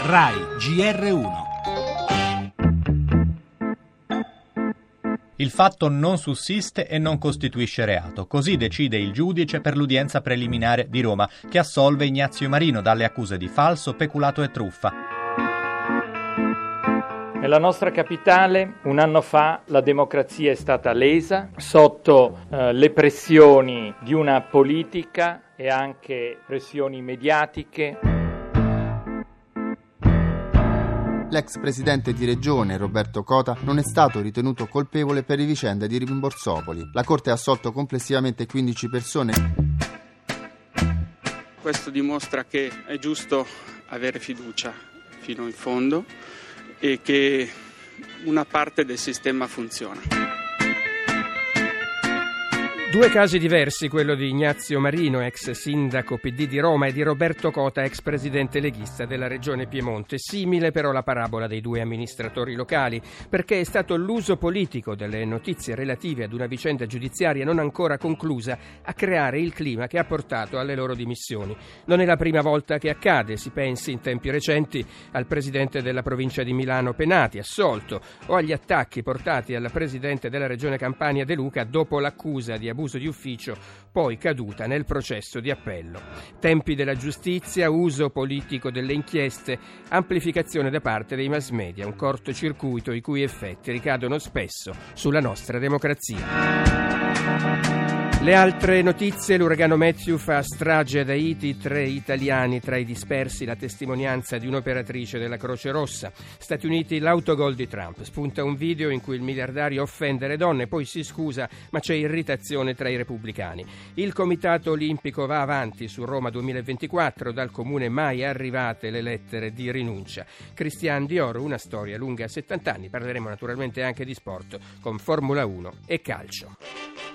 RAI GR1. Il fatto non sussiste e non costituisce reato, così decide il giudice per l'udienza preliminare di Roma, che assolve Ignazio Marino dalle accuse di falso, peculato e truffa. Nella nostra capitale, un anno fa, la democrazia è stata lesa sotto le pressioni di una politica e anche pressioni mediatiche. L'ex presidente di regione, Roberto Cota, non è stato ritenuto colpevole per le vicende di Rimborsopoli. La Corte ha assolto complessivamente 15 persone. Questo dimostra che è giusto avere fiducia fino in fondo e che una parte del sistema funziona. Due casi diversi, quello di Ignazio Marino, ex sindaco PD di Roma, e di Roberto Cota, ex presidente leghista della regione Piemonte. Simile però la parabola dei due amministratori locali, perché è stato l'uso politico delle notizie relative ad una vicenda giudiziaria non ancora conclusa a creare il clima che ha portato alle loro dimissioni. Non è la prima volta che accade, si pensi in tempi recenti al presidente della provincia di Milano Penati, assolto, o agli attacchi portati al presidente della regione Campania De Luca dopo l'accusa di abuso di ufficio, poi caduta nel processo di appello. Tempi della giustizia, uso politico delle inchieste, amplificazione da parte dei mass media, un cortocircuito i cui effetti ricadono spesso sulla nostra democrazia. Le altre notizie: l'uragano Matthew fa strage ad Haiti, 3 italiani tra i dispersi, la testimonianza di un'operatrice della Croce Rossa. Stati Uniti, l'autogol di Trump, spunta un video in cui il miliardario offende le donne, poi si scusa ma c'è irritazione tra i repubblicani. Il Comitato Olimpico va avanti su Roma 2024, dal comune mai arrivate le lettere di rinuncia. Christian Dior, una storia lunga 70 anni, parleremo naturalmente anche di sport con Formula 1 e calcio.